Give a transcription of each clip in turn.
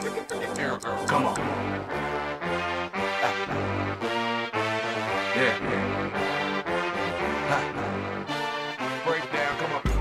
Come on. Yeah. Break down, come on.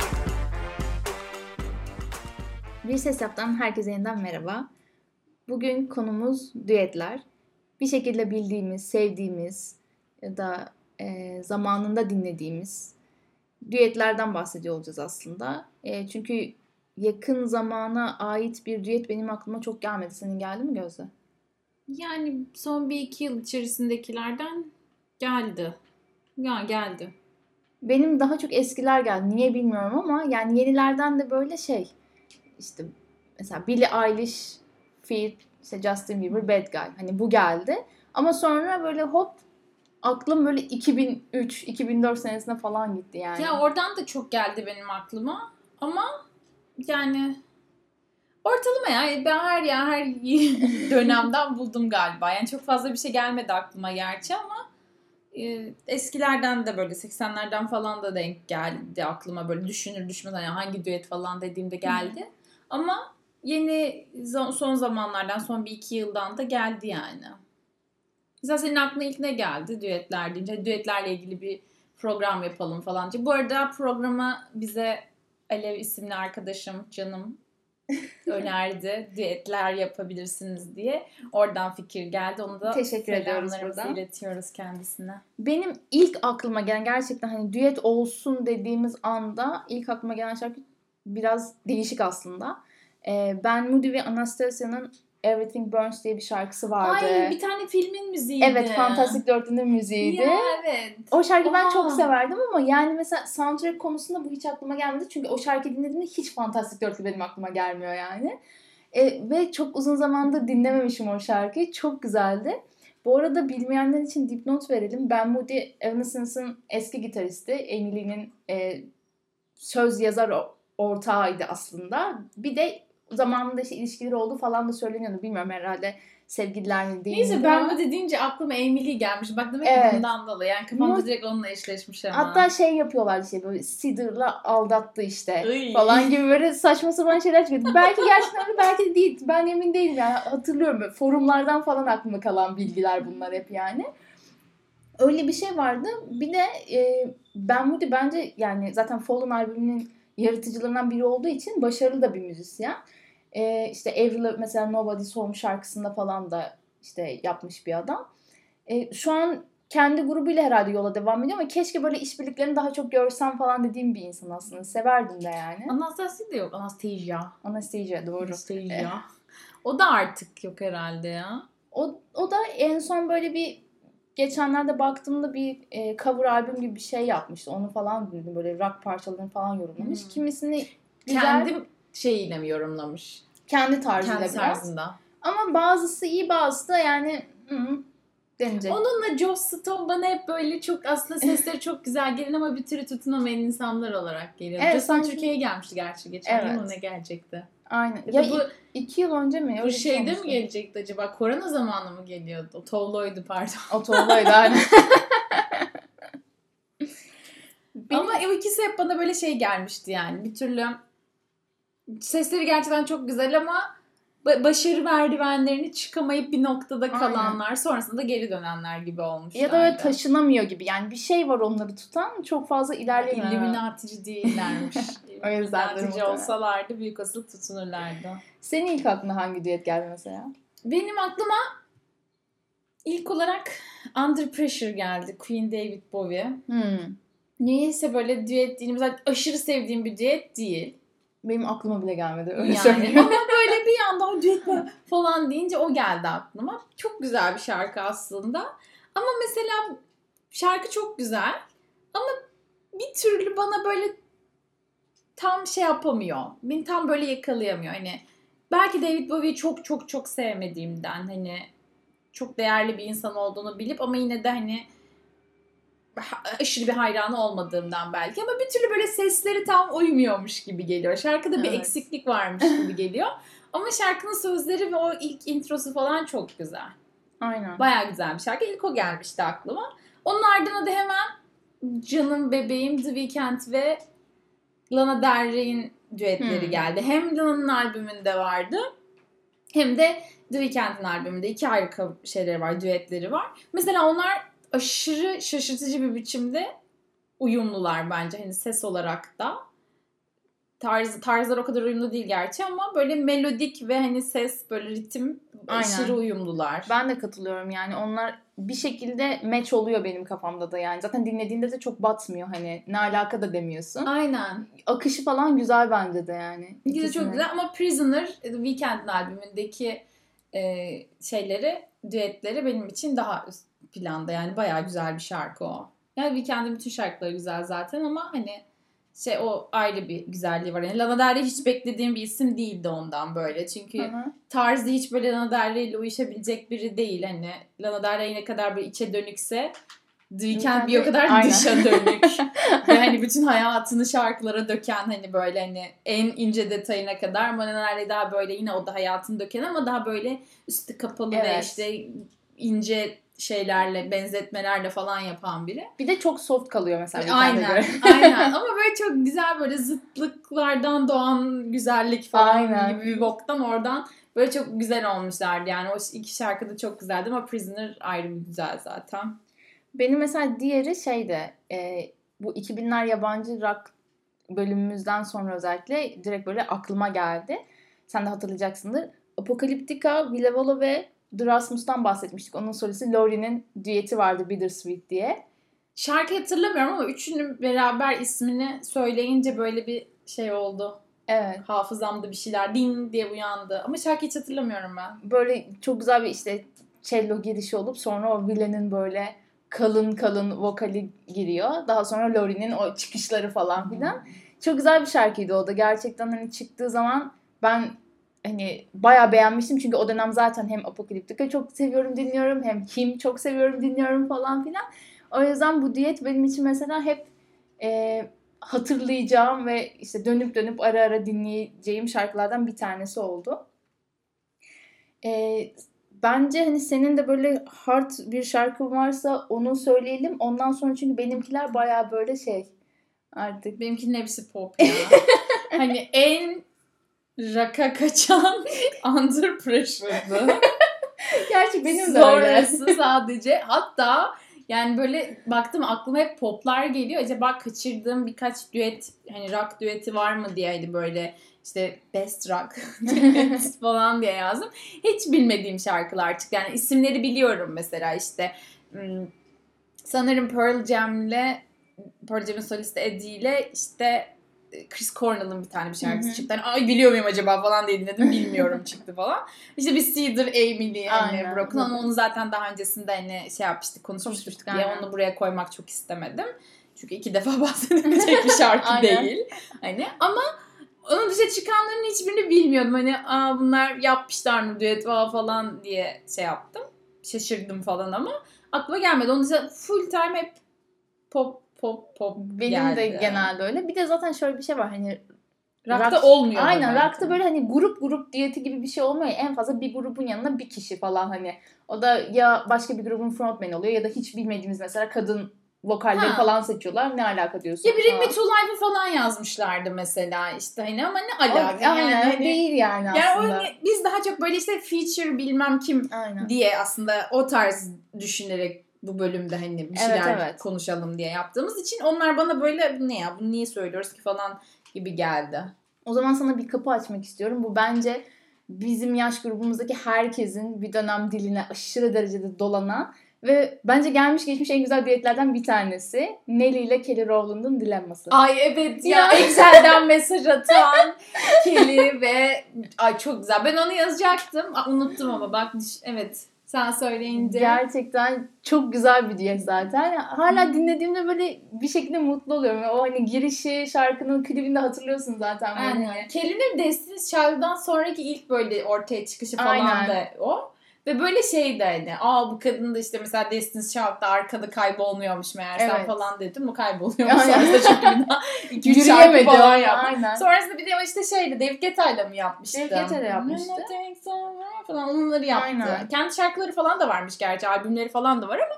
Bir Ses Yap'tan herkese yeniden merhaba. Bugün konumuz düetler. Bir şekilde bildiğimiz, sevdiğimiz ya da zamanında dinlediğimiz düetlerden bahsediyor olacağız aslında. Çünkü yakın zamana ait bir düet benim aklıma çok gelmedi. Senin geldi mi Gözde? Yani son 1-2 yıl içerisindekilerden geldi. Ya geldi. Benim daha çok eskiler geldi. Niye bilmiyorum ama yani yenilerden de böyle işte mesela Billie Eilish feat. İşte Justin Bieber, Bad Guy. Hani bu geldi. Ama sonra böyle hop aklım böyle 2003-2004 senesine falan gitti yani. Ya oradan da çok geldi benim aklıma. Ama yani ortalama ya. Ben her dönemden buldum galiba. Yani çok fazla bir şey gelmedi aklıma gerçi ama eskilerden de böyle 80'lerden falan da denk geldi aklıma. Böyle düşünür düşmeden yani hangi düet falan dediğimde geldi. Ama yeni son zamanlardan, son 1-2 yıldan da geldi yani. Mesela senin aklına ilk ne geldi düetler deyince? Düetlerle ilgili bir program yapalım falan diye. Bu arada programa bize Alev isimli arkadaşım, canım önerdi. Düetler yapabilirsiniz diye. Oradan fikir geldi. Onu da teşekkür ediyoruz selamlarımızı buradan. iletiyoruz kendisine. Benim ilk aklıma gelen gerçekten hani düet olsun dediğimiz anda ilk aklıma gelen şarkı biraz değişik aslında. Ben Moody ve Anastasia'nın Everything Burns diye bir şarkısı vardı. Ay bir tane filmin müziğiydi. Evet, Fantastic Dörtlü'nün müziğiydi. Ya evet. O şarkıyı ben çok severdim ama yani mesela soundtrack konusunda bu hiç aklıma gelmedi. Çünkü o şarkıyı dinlediğimde hiç Fantastic Dörtlü benim aklıma gelmiyor yani. Ve çok uzun zamandır dinlememişim o şarkıyı. Çok güzeldi. Bu arada bilmeyenler için dipnot verelim. Ben Moody Evanescence'ın eski gitaristi. Emily'nin söz yazar ortağıydı aslında. Bir de zamanında işte ilişkileri oldu falan da söyleniyordu. Bilmiyorum herhalde sevgililer mi değil mi? Neyse ben bu deyince aklıma Emily gelmiş. Bak demek ki bundan dolayı. Yani kafamda direkt onunla eşleşmiş ama. Hatta yapıyorlar işte böyle Cider'la aldattı işte falan gibi böyle saçma sapan şeyler çıkıyor. Belki gerçekten öyle belki de değil. Ben emin değilim yani hatırlıyorum böyle forumlardan falan aklıma kalan bilgiler bunlar hep yani. Öyle bir şey vardı. Bir de Ben Moody bence yani zaten Fallen albümünün yaratıcılarından biri olduğu için başarılı da bir müzisyen. İşte Avril mesela Nobody's Home şarkısında falan da işte yapmış bir adam. Şu an kendi grubuyla herhalde yola devam ediyor ama keşke böyle işbirliklerini daha çok görsem falan dediğim bir insan aslında. Severdim de yani. Anastasia da yok. Anastasia doğru. Anastasia. O da artık yok herhalde ya. O da en son böyle bir geçenlerde baktığımda bir cover albüm gibi bir şey yapmıştı. Onu falan duydum. Böyle rock parçalarını falan yorumlamış. Kimisini güzel. Kendi şeyiyle mi yorumlamış? Kendi tarzıyla kendi biraz. Tarzında. Ama bazısı iyi bazısı da yani denecek. Onunla Joss Stone bana hep böyle çok aslında sesleri çok güzel gelen ama bir türlü tutunamayan insanlar olarak geliyor. Evet, Joss Stone Türkiye'ye gelmişti gerçi geçen yıl mı ne gelecekti? Aynen. Ya bu 2 yıl önce mi? Bu şeyde mi gelecekti acaba? Korona zamanı mı geliyordu? O Tovlo'ydu pardon. O Tovlo'ydu aynen. Ama o ikisi hep bana böyle şey gelmişti yani. Bir türlü sesleri gerçekten çok güzel ama başarı merdivenlerini çıkamayıp bir noktada kalanlar, aynen, sonrasında geri dönenler gibi olmuşlardı. Ya da öyle taşınamıyor gibi. Yani bir şey var onları tutan, çok fazla ilerlemiyor. İllüminatıcı değillermiş. İllüminatıcı olsalardı büyük olasılık tutunurlardı. Senin ilk aklına hangi düet geldi mesela? Benim aklıma ilk olarak Under Pressure geldi. Queen David Bowie. Niyeyse böyle düet değil. Mesela aşırı sevdiğim bir düet değil. Benim aklıma bile gelmedi öyle söyleyeyim. Ama böyle bir anda o düet falan deyince o geldi aklıma. Çok güzel bir şarkı aslında. Ama mesela şarkı çok güzel. Ama bir türlü bana böyle tam şey yapamıyor. Beni tam böyle yakalayamıyor. Hani belki David Bowie'yi çok çok çok sevmediğimden hani çok değerli bir insan olduğunu bilip ama yine de hani aşırı bir hayranı olmadığımdan belki ama bir türlü böyle sesleri tam uymuyormuş gibi geliyor. Şarkıda bir eksiklik varmış gibi geliyor. Ama şarkının sözleri ve o ilk introsu falan çok güzel. Aynen. Bayağı güzel bir şarkı. İlk o gelmişti aklıma. Onun ardına da hemen canım bebeğim The Weeknd ve Lana Del Rey'in düetleri geldi. Hem Lana'nın albümünde vardı Hem de The Weeknd'in albümünde 2 ayrı şeyleri var, düetleri var. Mesela onlar aşırı şaşırtıcı bir biçimde uyumlular bence. Hani ses olarak da. Tarzlar o kadar uyumlu değil gerçi ama böyle melodik ve hani ses, böyle ritim aşırı uyumlular. Ben de katılıyorum yani. Onlar bir şekilde match oluyor benim kafamda da yani. Zaten dinlediğinde de çok batmıyor hani. Ne alaka da demiyorsun. Aynen. Akışı falan güzel bence de yani. İkisi çok güzel ama Prisoner, The Weeknd'in albümündeki şeyleri, düetleri benim için daha üst planda. Yani bayağı güzel bir şarkı o. Yani Weeknd'in bütün şarkıları güzel zaten ama hani o ayrı bir güzelliği var. Yani Lana Del Rey hiç beklediğim bir isim değildi ondan böyle. Çünkü tarzı hiç böyle Lana Del Rey ile uyuşabilecek biri değil. Hani Lana Del Rey ne kadar bir içe dönükse The Weeknd bir o kadar dışa dönük. Ve hani bütün hayatını şarkılara döken hani böyle hani en ince detayına kadar. Ama Lana Del Rey daha böyle yine o da hayatını döken ama daha böyle üstü kapalı ve işte ince şeylerle, benzetmelerle falan yapan biri. Bir de çok soft kalıyor mesela. Aynen. Aynen. Ama böyle çok güzel böyle zıtlıklardan doğan güzellik falan gibi bir boktan oradan böyle çok güzel olmuşlardı. Yani o 2 şarkı da çok güzeldi ama Prisoner ayrı bir güzel zaten. Benim mesela diğeri bu 2000'ler yabancı rock bölümümüzden sonra özellikle direkt böyle aklıma geldi. Sen de hatırlayacaksındır. Apocalyptica, Villavolo ve The Rasmus'tan bahsetmiştik. Onun solisti Laurie'nin düeti vardı Bittersweet diye. Şarkı hatırlamıyorum ama üçünün beraber ismini söyleyince böyle bir şey oldu. Evet. Hafızamda bir şeyler ding diye uyandı. Ama şarkıyı hiç hatırlamıyorum ben. Böyle çok güzel bir cello girişi olup sonra o Villan'ın böyle kalın vokali giriyor. Daha sonra Laurie'nin o çıkışları falan filan. Çok güzel bir şarkıydı o da. Gerçekten hani çıktığı zaman ben hani bayağı beğenmiştim. Çünkü o dönem zaten hem Apocalyptica çok seviyorum dinliyorum. Hem Him çok seviyorum dinliyorum falan filan. O yüzden bu diyet benim için mesela hep hatırlayacağım ve işte dönüp dönüp ara ara dinleyeceğim şarkılardan bir tanesi oldu. Bence hani senin de böyle hard bir şarkın varsa onu söyleyelim. Ondan sonra çünkü benimkiler bayağı böyle artık. Benimkinin hepsi pop ya. Hani en rock'a kaçan Under Pressure'dı. Gerçi benim de Sonrası sadece hatta yani böyle baktım aklıma hep poplar geliyor. Acaba kaçırdığım birkaç düet hani rock düeti var mı diye hani böyle işte best rock düet falan diye yazdım. Hiç bilmediğim şarkılar çıktı. Yani isimleri biliyorum mesela işte sanırım Pearl Jam'in solisti Eddie ile işte Chris Cornell'ın bir tane bir şarkısı çıktı. Yani, ay biliyor muyum acaba falan diye dinledim. Bilmiyorum çıktı falan. İşte bir Cedar Emily hani Broken ama onu zaten daha öncesinde hani konuşmuştuk diye onu buraya koymak çok istemedim. Çünkü 2 defa bahsedilecek bir şarkı değil. Hani ama onun dışında çıkanların hiçbirini bilmiyordum. Hani bunlar yapmışlar mı düet falan diye yaptım. Şaşırdım falan ama aklıma gelmedi. Onun dışında full time hep pop benim geldi. de genelde öyle. Bir de zaten şöyle bir şey var hani rock'ta olmuyor. Aynen rock'ta böyle hani grup diyeti gibi bir şey olmuyor. En fazla bir grubun yanına bir kişi falan hani. O da ya başka bir grubun frontman oluyor ya da hiç bilmediğimiz mesela kadın vokalleri falan seçiyorlar. Ne alaka diyorsun? Ya Bring Me To Life'ı falan yazmışlardı mesela işte hani ama ne alaka? Aynen hani, değil yani aslında. Yani biz daha çok böyle işte feature bilmem kim diye aslında o tarz düşünerek bu bölümde hani bir şeyler konuşalım diye yaptığımız için onlar bana böyle ne ya bunu niye söylüyoruz ki falan gibi geldi. O zaman sana bir kapı açmak istiyorum. Bu bence bizim yaş grubumuzdaki herkesin bir dönem diline aşırı derecede dolanan ve bence gelmiş geçmiş en güzel düetlerden bir tanesi. Nelly ile Kelly Rowland'ın Dilemması. Ay evet ya Excel'den mesaj atan Kelly ve ay çok güzel. Ben onu yazacaktım. Unuttum ama bak evet. Sen söyleyince. Gerçekten çok güzel bir düet zaten. Hala dinlediğimde böyle bir şekilde mutlu oluyorum. O hani girişi, şarkının klibinde hatırlıyorsun zaten. Aynen. Kelly'nin Destiny's Child'dan sonraki ilk böyle ortaya çıkışı falan da o. Ve böyle şeydi hani bu kadın da işte mesela Destiny's Child'da arkada kaybolmuyormuş meğerse falan dedim. O kayboluyormuş. Sonrasında çünkü bir daha 2-3 şarkı falan yaptı. Sonrasında bir de işte David Guetta'yla mı yapmıştı? David Guetta'yla yapmıştı. Falan onları yaptı. Aynen. Kendi şarkıları falan da varmış gerçi. Albümleri falan da var ama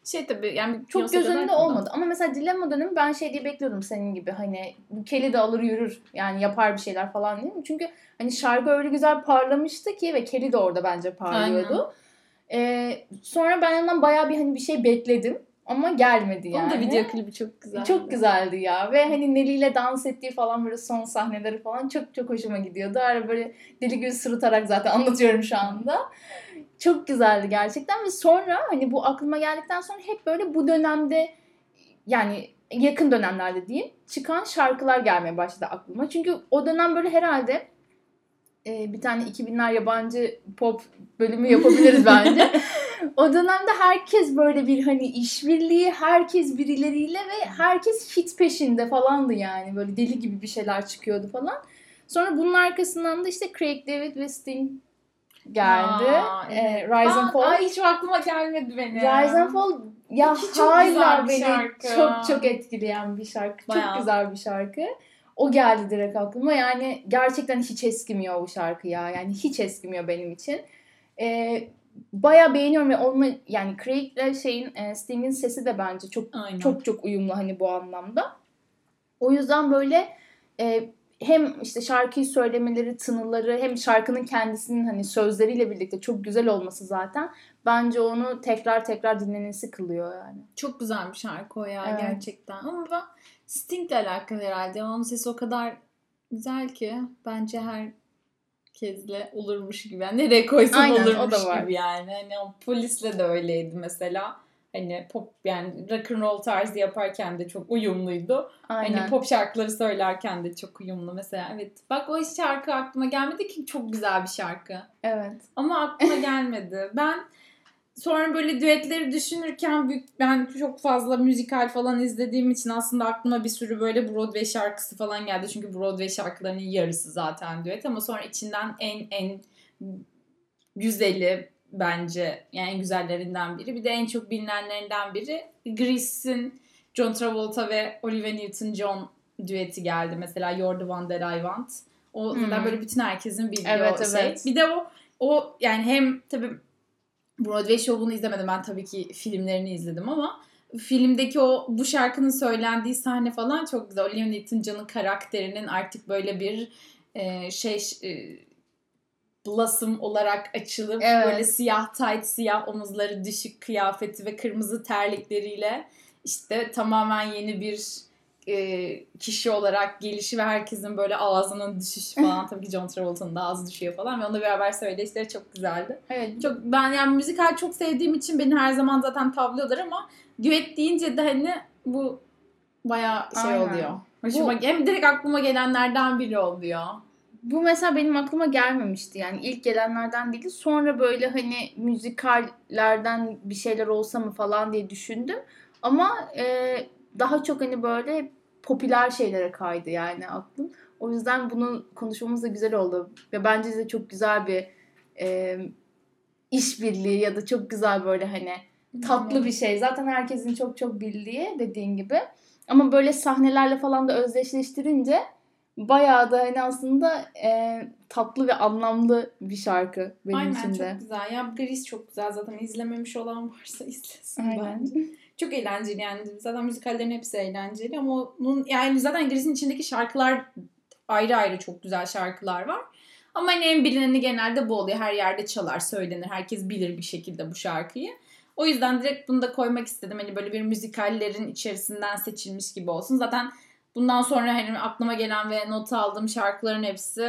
Tabii yani çok göz önünde olmadı. Ama mesela Dilemma dönemi ben diye bekliyordum senin gibi. Hani bu Kelly de alır yürür. Yani yapar bir şeyler falan değil mi? Çünkü hani şarkı öyle güzel parlamıştı ki ve Kelly de orada bence parlıyordu. Sonra ben ondan bayağı bir hani bir şey bekledim. Ama gelmedi yani. Onun da video klibi çok güzeldi. Çok güzeldi ya. Ve hani Nelly ile dans ettiği falan böyle son sahneleri falan çok çok hoşuma gidiyordu. Öyle böyle deli gibi sırıtarak zaten anlatıyorum şu anda. Çok güzeldi gerçekten ve sonra hani bu aklıma geldikten sonra hep böyle bu dönemde yani yakın dönemlerde diyeyim çıkan şarkılar gelmeye başladı aklıma. Çünkü o dönem böyle herhalde bir tane 2000'ler yabancı pop bölümü yapabiliriz bence. O dönemde herkes böyle bir hani işbirliği, herkes birileriyle ve herkes hit peşinde falandı yani. Böyle deli gibi bir şeyler çıkıyordu falan. Sonra bunun arkasından da işte Craig David ve Sting geldi. Evet. Rise and Fall. Hiç aklıma gelmedi benim. Rise and Fall ya hala beni şarkı. çok etkileyen bir şarkı. Bayağı. Çok güzel bir şarkı. O geldi direkt aklıma. Yani gerçekten hiç eskimiyor bu şarkı ya. Yani hiç eskimiyor benim için. Bayağı beğeniyorum ve onunla yani Craig'le Sting'in sesi de bence çok uyumlu hani bu anlamda. O yüzden böyle hem işte şarkıyı söylemeleri, tınıları hem şarkının kendisinin hani sözleriyle birlikte çok güzel olması zaten bence onu tekrar dinlenesi kılıyor yani. Çok güzel bir şarkı o ya Evet. gerçekten. Ama ben Sting'le alakalı herhalde. Onun sesi o kadar güzel ki bence herkesle olurmuş gibi. Yani nereye koysan Aynen, olurmuş o da var. gibi yani. Hani o Polis'le de öyleydi mesela. Hani pop yani rock and roll tarzı yaparken de çok uyumluydu. Aynen. Hani pop şarkıları söylerken de çok uyumlu mesela. Evet. Bak o şarkı aklıma gelmedi ki çok güzel bir şarkı. Evet. Ama aklıma gelmedi. Ben sonra böyle düetleri düşünürken ben çok fazla müzikal falan izlediğim için aslında aklıma bir sürü böyle Broadway şarkısı falan geldi. Çünkü Broadway şarkılarının yarısı zaten düet ama sonra içinden en güzeli bence yani en güzellerinden biri. Bir de en çok bilinenlerinden biri Grease'in John Travolta ve Olivia Newton-John düeti geldi. Mesela You're the One That I Want. O zaten böyle bütün herkesin bildiği Evet, şey. evet. Bir de o yani hem tabii Broadway şovunu izlemedim. Ben tabii ki filmlerini izledim ama filmdeki bu şarkının söylendiği sahne falan çok güzel. Olivia Newton-John'un karakterinin artık böyle bir blossom olarak açılıp böyle siyah tight, siyah omuzları düşük kıyafeti ve kırmızı terlikleriyle işte tamamen yeni bir kişi olarak gelişi ve herkesin böyle ağzının düşüşü falan. Tabii ki John Travolta'nın da ağzı düşüyor falan ve onunla beraber söyleyişleri çok güzeldi. Evet. Ben yani müzikal çok sevdiğim için beni her zaman zaten tavlıyorlar ama düet deyince de hani bu bayağı oluyor. Hoşuma hem direkt aklıma gelenlerden biri oluyor. Bu mesela benim aklıma gelmemişti yani ilk gelenlerden değildi. Sonra böyle hani müzikallerden bir şeyler olsa mı falan diye düşündüm. Ama daha çok hani böyle popüler şeylere kaydı yani aklım. O yüzden bunu konuşmamız da güzel oldu. Ve bence de çok güzel bir işbirliği ya da çok güzel böyle hani tatlı bir şey. Zaten herkesin çok bildiği dediğin gibi. Ama böyle sahnelerle falan da özdeşleştirince bayağı da hani aslında tatlı ve anlamlı bir şarkı benim için de. Aynen çok güzel. Ya Grease çok güzel. Zaten izlememiş olan varsa izlesin bence. Çok eğlenceli yani. Zaten müzikallerin hepsi eğlenceli ama onun yani zaten Grease'in içindeki şarkılar ayrı çok güzel şarkılar var. Ama hani en bilineni genelde bu oluyor. Her yerde çalar, söylenir. Herkes bilir bir şekilde bu şarkıyı. O yüzden direkt bunu da koymak istedim. Hani böyle bir müzikallerin içerisinden seçilmiş gibi olsun. Zaten bundan sonra hani aklıma gelen ve not aldığım şarkıların hepsi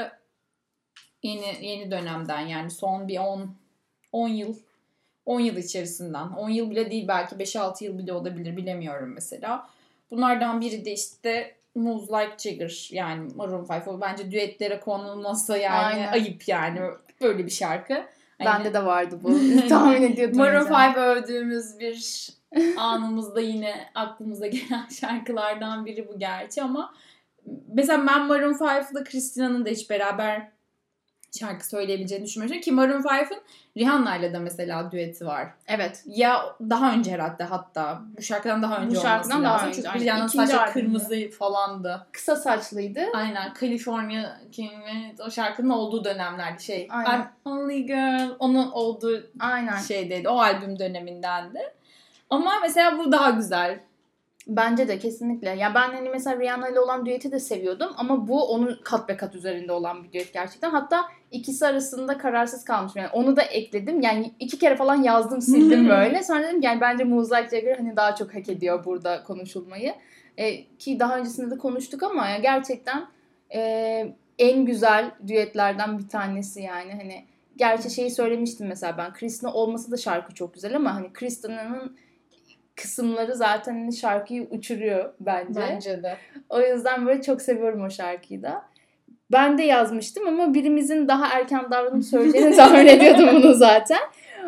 yeni dönemden yani son bir 10 yıl içerisinden. 10 yıl bile değil belki 5-6 yıl bile olabilir bilemiyorum mesela. Bunlardan biri de işte Moves Like Jagger yani Maroon 5. O bence düetlere konulması yani ayıp yani böyle bir şarkı. Bende de vardı bu. Tahmin ediyordum. Maroon 5 övdüğümüz bir anımızda yine aklımıza gelen şarkılardan biri bu gerçi ama mesela ben Maroon 5'la Christina'nın da hiç beraber şarkı söyleyebileceğini düşünmüyorum. Ki Maroon 5'ın Rihanna'yla da mesela düeti var. Evet. Ya daha önce hatta. Bu şarkıdan daha önce olması lazım. Çünkü Rihanna'nın saçı kırmızı falandı. Kısa saçlıydı. Aynen. California o şarkının olduğu dönemlerde I'm Only Girl onun olduğu şeydeydi. O albüm dönemindendi. Ama mesela bu daha güzel. Bence de kesinlikle. Ya ben hani mesela Rihanna ile olan düeti de seviyordum ama bu onun kat be kat üzerinde olan bir düet gerçekten. Hatta ikisi arasında kararsız kalmışım. Yani onu da ekledim. Yani 2 kere falan yazdım, sildim böyle. Sonra dedim yani bence Moonlight Jagger hani daha çok hak ediyor burada konuşulmayı. Ki daha öncesinde de konuştuk ama ya gerçekten en güzel düetlerden bir tanesi yani. Hani gerçi şeyi söylemiştim mesela ben. Christina olması da şarkı çok güzel ama hani Christina'nın kısımları zaten hani şarkıyı uçuruyor bence. Bence de. O yüzden böyle çok seviyorum o şarkıyı da. Ben de yazmıştım ama birimizin daha erken davranıp söyleyeceğini tahmin ediyordum bunu zaten.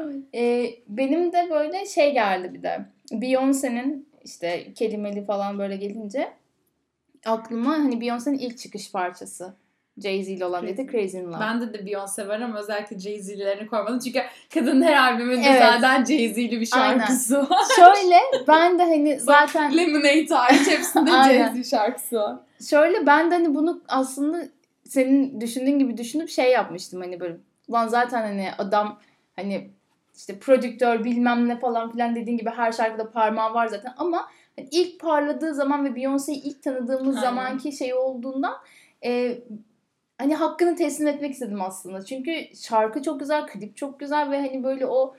Benim de böyle şey geldi bir de. Beyoncé'nin işte kelimeli falan böyle gelince aklıma hani Beyoncé'nin ilk çıkış parçası. Jay-Z ile olan dedi Crazy in Love. Bende de Beyoncé var ama özellikle Jay-Z'lerini koymadım. Çünkü kadının her albümünde Evet. zaten Jay-Z'li bir şarkısı var. Şöyle ben de hani zaten Lemonade hariç hepsinde Aynen. Jay-Z şarkısı var. şöyle ben de hani bunu aslında senin düşündüğün gibi düşünüp şey yapmıştım hani böyle ulan zaten hani adam hani işte prodüktör bilmem ne falan filan dediğin gibi her şarkıda parmağı var zaten ama hani ilk parladığı zaman ve Beyoncé'yi ilk tanıdığımız Aynen. zamanki şey olduğundan hani hakkını teslim etmek istedim aslında. Çünkü şarkı çok güzel, klip çok güzel ve hani böyle o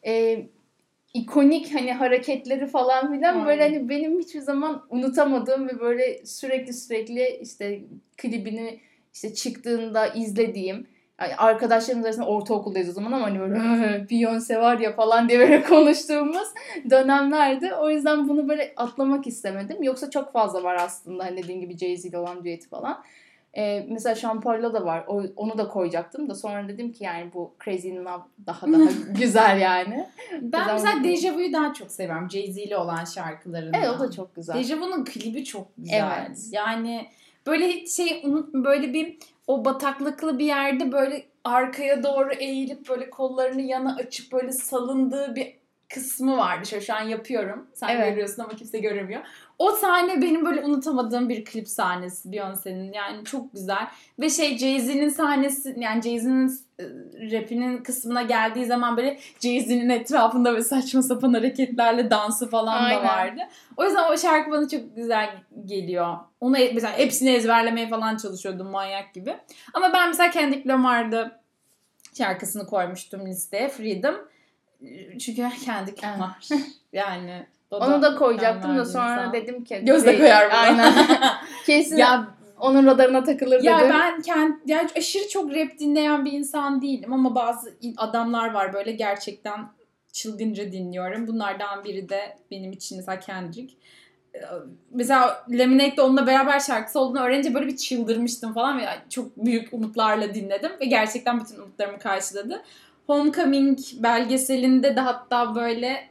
ikonik hani hareketleri falan filan böyle hani benim hiçbir zaman unutamadığım ve böyle sürekli işte klibini işte çıktığında izlediğim yani arkadaşlarımız arasında ortaokuldayız o zaman ama hani böyle Beyoncé var ya falan diye böyle konuştuğumuz dönemlerdi. O yüzden bunu böyle atlamak istemedim. Yoksa çok fazla var aslında hani dediğin gibi Jay-Z ile olan düeti falan. Mesela Şamparla da var. Onu da koyacaktım da sonra dedim ki yani bu Crazy in Love daha güzel yani. Ben mesela Deja Vu'yu daha çok seviyorum. Jay-Z'li olan şarkılarından. Evet o da çok güzel. Deja Vu'nun klibi çok güzel. Evet. Yani böyle hiç böyle bir o bataklıklı bir yerde böyle arkaya doğru eğilip böyle kollarını yana açıp böyle salındığı bir kısmı vardı. Şöyle şu an yapıyorum. Sen görüyorsun ama kimse göremiyor. O sahne benim böyle unutamadığım bir klip sahnesi Beyoncé'nin. Yani çok güzel. Ve Jay-Z'nin sahnesi yani Jay-Z'nin rapinin kısmına geldiği zaman böyle Jay-Z'nin etrafında ve saçma sapan hareketlerle dansı falan da vardı. O yüzden o şarkı bana çok güzel geliyor. Onu mesela hepsini ezberlemeye falan çalışıyordum manyak gibi. Ama ben mesela Kendrick Lamar'da şarkısını koymuştum listeye. Freedom. Çünkü Kendrick Lamar. Yani onu da koyacaktım da sonra dedim ki Gözde koyar bunu. Aynen. Kesin ya, onun radarına takılır dedim. Ya ben yani aşırı çok rap dinleyen bir insan değilim ama bazı adamlar var böyle gerçekten çılgınca dinliyorum. Bunlardan biri de benim için mesela Kendrick. Mesela Lemonade'de onunla beraber şarkısı olduğunu öğrenince böyle bir çıldırmıştım falan ve çok büyük umutlarla dinledim ve gerçekten bütün umutlarımı karşıladı. Homecoming belgeselinde de hatta böyle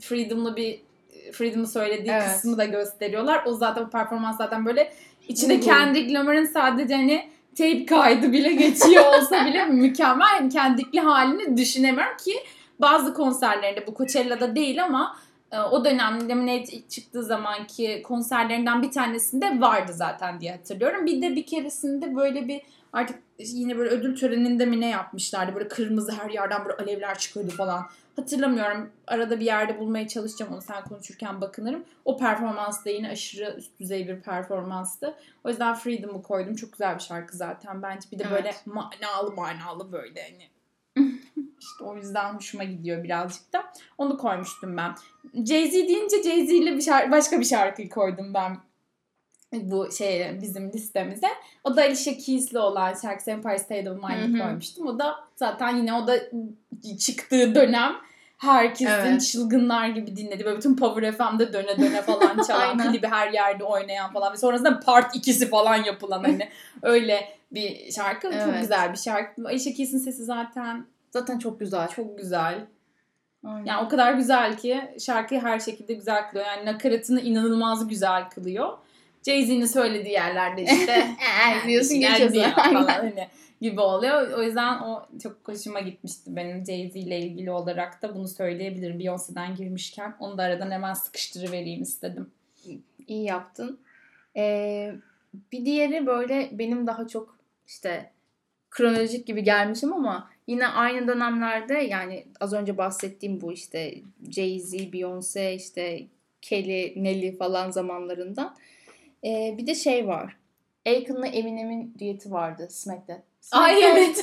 Freedom'u söylediği kısmı da gösteriyorlar. O zaten o performans zaten böyle içinde Kendrick Lamar'ın sadece hani tape kaydı bile geçiyor olsa bile mükemmel. Yani Kendrick'li halini düşünemiyorum ki bazı konserlerinde bu Coachella'da değil ama o dönem Lemonade ilk çıktığı zamanki konserlerinden bir tanesinde vardı zaten diye hatırlıyorum. Bir de bir keresinde böyle bir artık yine böyle ödül töreninde mi ne yapmışlardı. Böyle kırmızı her yerden böyle alevler çıkıyordu falan. Hatırlamıyorum. Arada bir yerde bulmaya çalışacağım onu. Sen konuşurken bakınırım. O performans da yine aşırı üst düzey bir performanstı. O yüzden Freedom'u koydum. Çok güzel bir şarkı zaten. Bence bir de böyle manalı böyle hani. İşte o yüzden hoşuma gidiyor birazcık da. Onu koymuştum ben. Jay-Z deyince Jay-Z'li başka bir şarkıyı koydum ben. Bu bizim listemize. O da Alicia Keys'le olan şarkısı Empire State of Mind'ı koymuştum. O da zaten yine o da çıktığı dönem herkesin çılgınlar gibi dinledi. Böyle bütün Power FM'de döne falan çalan klibi her yerde oynayan falan. Ve sonrasında part 2'si falan yapılan hani öyle bir şarkı. Çok güzel bir şarkı. Alicia Keys'in sesi zaten çok güzel. Çok güzel. Aynen. Yani o kadar güzel ki şarkıyı her şekilde güzel kılıyor. Yani nakaratını inanılmaz güzel kılıyor. Jay-Z'nin söylediği yerlerde işte diyorsun geçiyorsun falan hani gibi oluyor. O yüzden o çok hoşuma gitmişti benim Jay-Z ile ilgili olarak da bunu söyleyebilirim. Beyoncé'den girmişken onu da aradan hemen sıkıştırıvereyim istedim. İyi yaptın. Bir diğeri böyle benim daha çok işte kronolojik gibi gelmişim ama yine aynı dönemlerde yani az önce bahsettiğim bu işte Jay-Z, Beyoncé, işte Kelly, Nelly falan zamanlarında. Bir de şey var. Akon'la Eminem'in düeti vardı Smack'te. Ay evet.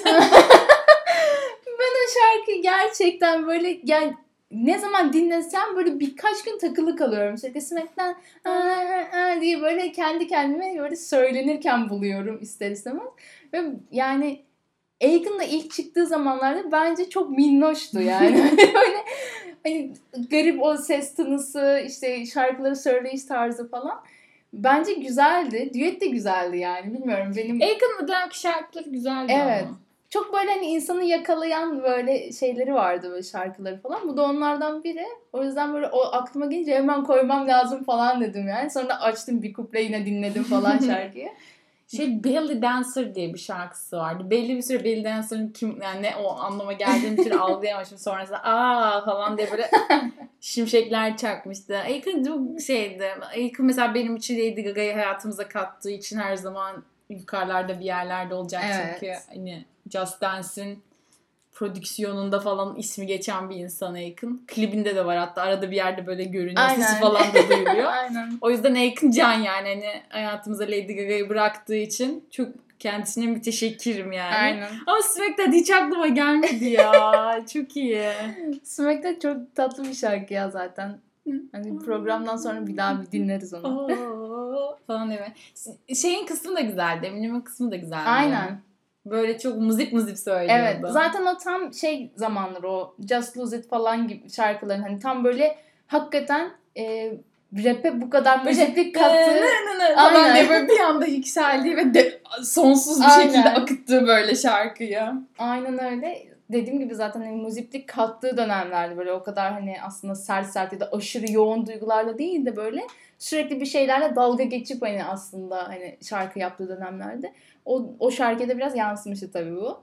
Ben o şarkı gerçekten böyle yani ne zaman dinlesem böyle birkaç gün takılı kalıyorum. Sürekli Smack'ten diye böyle kendi kendime böyle söylenirken buluyorum ister istemez. Ve yani Akon'la ilk çıktığı zamanlarda bence çok minnoştu yani. Böyle hani garip o ses tınısı, işte şarkıları söyleyiş tarzı falan. Bence güzeldi. Düet de güzeldi yani. Bilmiyorum benim. Akon'un dönemki şarkıları güzeldi Evet. ama. Çok böyle hani insanı yakalayan böyle şeyleri vardı böyle şarkıları falan. Bu da onlardan biri. O yüzden böyle o aklıma gelince hemen koymam lazım falan dedim yani. Sonra da açtım bir kuple yine dinledim falan şarkıyı. Belly Dancer diye bir şarkısı vardı. Belli bir süre Belly Dancer'ın kim yani ne o anlama geldiğini bir türlü algılayamamışım. Sonrasında falan diye böyle şimşekler çakmıştı. Akon çok şeydi. Akon mesela benim için Lady Gaga'yı hayatımıza kattığı için her zaman yukarılarda bir yerlerde olacak. Evet. Çünkü hani Just Dance'in prodüksiyonunda falan ismi geçen bir insan Akon. Klibinde de var hatta arada bir yerde böyle görünüyor. Aynen. Sesi falan da duyuluyor. Aynen. O yüzden Akon can yani hani hayatımıza Lady Gaga'yı bıraktığı için çok kendisine müteşekkirim yani. Aynen. Ama Smack'te hiç aklıma gelmedi ya. Çok iyi. Smack'te çok tatlı bir şarkı ya zaten. Hani programdan sonra bir daha bir dinleriz onu. Falan değil mi? Şeyin kısmı da güzeldi. Eminem'in kısmı da güzeldi. Aynen. Böyle çok muzip söylüyordu. Evet. Zaten o tam şey zamanları o Just Lose It falan gibi şarkıların hani tam böyle hakikaten rap'e bu kadar müziklik kattığı falan diye böyle bir anda yükseldiği ve sonsuz bir şekilde Aynen. akıttığı böyle şarkıyı. Aynen öyle. Dediğim gibi zaten hani müziklik kattığı dönemlerde böyle o kadar hani aslında sert ya da aşırı yoğun duygularla değil de böyle sürekli bir şeylerle dalga geçip hani aslında hani şarkı yaptığı dönemlerde o şarkıda biraz yansımıştı tabii bu.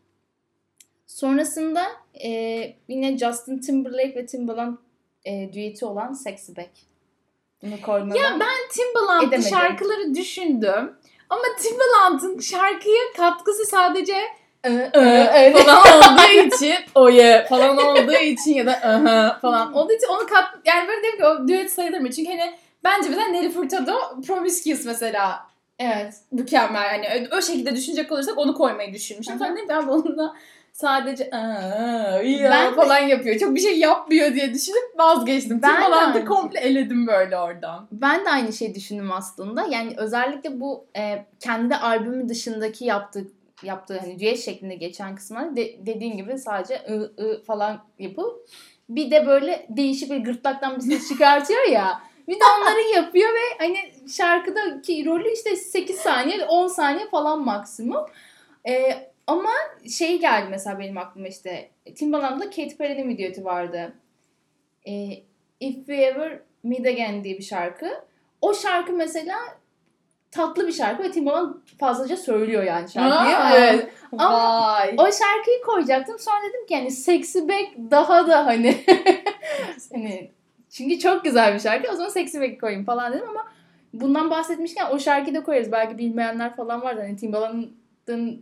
Sonrasında yine Justin Timberlake ve Timbaland düeti olan Sexy Back. Bunu koymadan Ya ben Timbaland'ın şarkıları düşündüm. Ama Timbaland'ın şarkıya katkısı sadece falan olduğu için falan olduğu için ya da falan olduğu için onu yani böyle dedim ki o düet sayılır mı? Çünkü hani bence mesela Nelly Furtado Promiscuous mesela evet mükemmel. Hani o şekilde düşünecek olursak onu koymayı düşünmüştüm. Sonra dedim ben bununla sadece falan yapıyor. Çok bir şey yapmıyor diye düşünüp vazgeçtim. Timbaland'ı komple eledim böyle oradan. Ben de aynı şeyi düşündüm aslında. Yani özellikle bu kendi albümü dışındaki yaptığı hani düet şeklinde geçen kısımlar dediğin gibi sadece falan yapıp bir de böyle değişik bir gırtlaktan bir ses çıkartıyor ya. Bir de onları yapıyor ve hani şarkıdaki rolü işte 8 saniye 10 saniye falan maksimum. Ama şey geldi mesela benim aklıma işte Timbaland'la Katy Perry'nin bir düeti vardı. If We Ever Meet Again diye bir şarkı. O şarkı mesela tatlı bir şarkı ve Timbaland fazlaca söylüyor yani şarkıyı. Evet. Ama o şarkıyı koyacaktım. Sonra dedim ki yani Sexy Back daha da hani hani çünkü çok güzel bir şarkı. O zaman Sexy Back koyayım falan dedim ama bundan bahsetmişken o şarkıyı da koyarız. Belki bilmeyenler falan var. Hani Timbaland'ın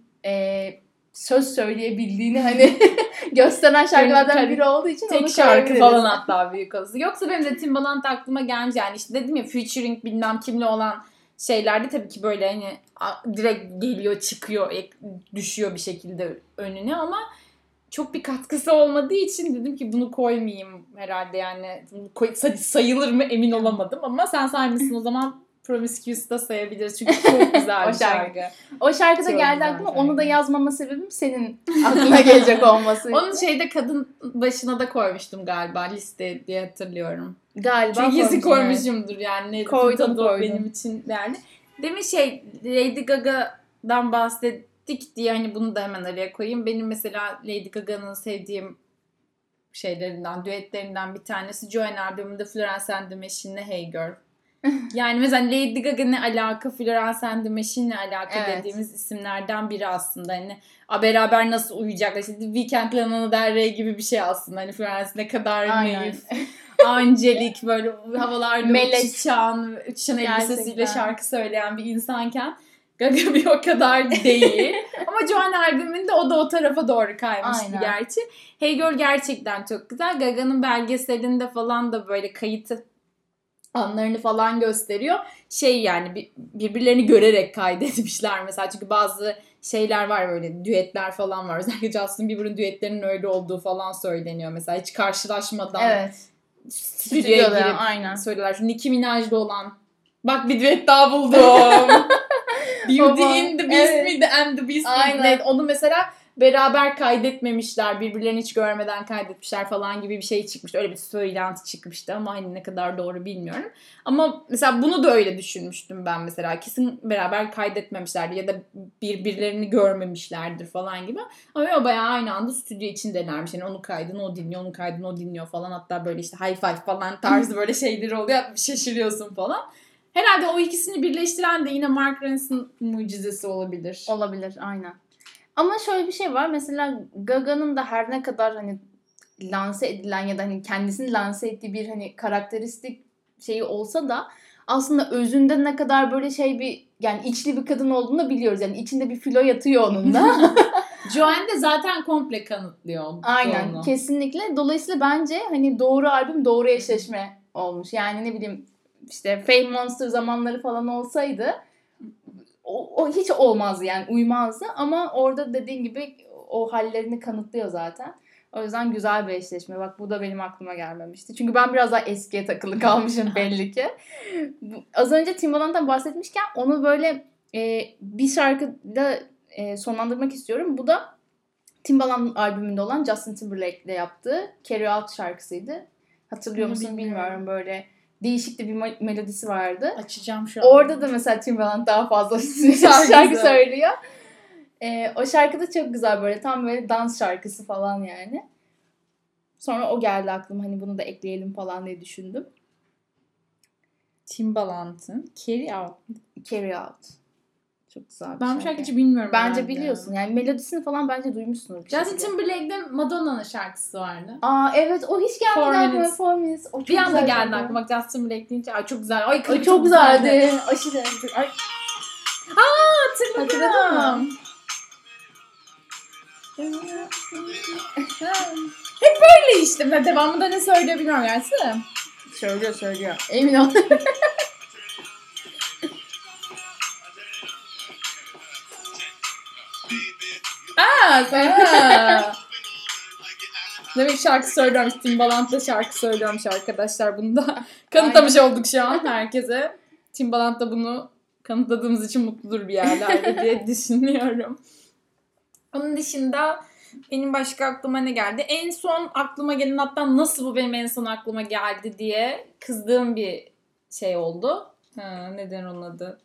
söz söyleyebildiğini hani gösteren şarkılardan biri olduğu için tek onu şarkı falan hatta büyük olası. Yoksa benim de Timbaland aklıma gelmiş yani işte dedim ya featuring bilmem kimle olan şeylerde tabii ki böyle hani direkt geliyor çıkıyor düşüyor bir şekilde önüne ama çok bir katkısı olmadığı için dedim ki bunu koymayayım herhalde yani sayılır mı emin olamadım ama sen saymışsın o zaman Promiscuous'u da sayabiliriz çünkü çok güzel bir şarkı. O şarkı da geldi aklıma. Onu da yazmama sebebim senin aklına gelecek olması. Onun şeyde kadın başına da koymuştum galiba liste diye hatırlıyorum. Galiba çünkü kesin koymuşumdur yani. Koydum. Benim için değerli. Demin Lady Gaga'dan bahsettik diye hani bunu da hemen araya koyayım. Benim mesela Lady Gaga'nın sevdiğim şeylerinden, düetlerinden bir tanesi Joanne albümünde Florence and the Machine'le Hey Girl. Yani mesela Lady Gaga ne alaka, Florence and the Machine ne alaka dediğimiz isimlerden biri aslında. Hani beraber nasıl uyuyacaklar. İşte Weekend Lana Del Rey gibi bir şey aslında. Hani Florence ne kadar naif, angelik böyle havalarda uçuşan elbisesiyle şarkı söyleyen bir insanken Gaga bir o kadar değil. Ama Joan albümünde o da o tarafa doğru kaymıştı Aynen. gerçi. Hey Girl gerçekten çok güzel. Gaga'nın belgeselinde falan da böyle kayıt anlarını falan gösteriyor. Yani birbirlerini görerek kaydetmişler mesela. Çünkü bazı şeyler var, böyle düetler falan var. Özellikle Justin Bieber'ın düetlerinin öyle olduğu falan söyleniyor. Mesela hiç karşılaşmadan Evet. stüdyoya Stüdyoda, girip aynen. söylüyorlar. Şu Nicki Minaj'da olan. Bak bir düet daha buldum. Beauty and the Beast Evet. miydi? And the Beast Aynen. miydi? Onu mesela beraber kaydetmemişler. Birbirlerini hiç görmeden kaydetmişler falan gibi bir şey çıkmıştı. Öyle bir söylenti çıkmıştı ama hani ne kadar doğru bilmiyorum. Ama mesela bunu da öyle düşünmüştüm ben mesela. Kesin beraber kaydetmemişlerdi ya da birbirlerini görmemişlerdir falan gibi. Ama o bayağı aynı anda stüdyo içindelermiş. Yani onun kaydını o dinliyor, onun kaydını o dinliyor falan. Hatta böyle işte high five falan tarzı böyle şeyleri oluyor. Şaşırıyorsun falan. Herhalde o ikisini birleştiren de yine Mark Ronson mucizesi olabilir. Olabilir, aynen. Ama şöyle bir şey var. Mesela Gaga'nın da her ne kadar hani lanse edilen ya da hani kendisini lanse ettiği bir hani karakteristik şeyi olsa da aslında özünde ne kadar böyle yani içli bir kadın olduğunu da biliyoruz. Yani içinde bir filo yatıyor onun da. Joanne de zaten komple kanıtlıyor. Aynen, onu. kesinlikle. Dolayısıyla bence hani doğru albüm, doğru eşleşme olmuş. Yani ne bileyim işte Fame Monster zamanları falan olsaydı o hiç olmazdı yani, uymazdı. Ama orada dediğin gibi o hallerini kanıtlıyor zaten. O yüzden güzel bir eşleşme. Bak bu da benim aklıma gelmemişti. Çünkü ben biraz daha eskiye takılı kalmışım belli ki. Az önce Timbaland'dan bahsetmişken onu böyle bir şarkıda sonlandırmak istiyorum. Bu da Timbaland'ın albümünde olan Justin Timberlake'le yaptığı Carry Out şarkısıydı. Hatırlıyor Onu musun bilmiyorum. bilmiyorum, böyle değişik de bir melodisi vardı. Açacağım şu an. Orada da mesela Timbaland daha fazla şarkı söylüyor. O şarkı da çok güzel, böyle tam böyle dans şarkısı falan yani. Sonra o geldi aklıma, hani bunu da ekleyelim falan diye düşündüm. Timbaland'ın Carry Out. Carry Out. Çok güzel bir Ben bu şarkı. şarkıyı hiç bilmiyorum Bence herhalde. biliyorsun. Yani melodisini falan bence duymuşsunuz bir Justin şekilde. Timberlake'de Madonna'nın şarkısı vardı. Aa evet, o hiç gelmedi Four aklıma. Minutes. 4 Minutes. O çok Bir anda güzel geldi şarkı. aklıma. Bak Justin Timberlake deyince ay çok güzel. Ay O klip çok güzeldi. Aşırı. Ay, Hatırladım. hatırladın mı? Hep böyle işte. Ben devamında ne söylüyor bilmiyorum gerçi de. Söylüyor. Emin ol. Demek şarkı söylüyormuş. Timbaland'da şarkı söylüyormuş arkadaşlar. Bunu da kanıtlamış olduk şu an herkese. Timbaland da bunu kanıtladığımız için mutludur bir yerlerde diye düşünüyorum. Onun dışında benim başka aklıma ne geldi? En son aklıma gelen, hatta nasıl bu benim en son aklıma geldi diye kızdığım bir şey oldu. Neden onun adı?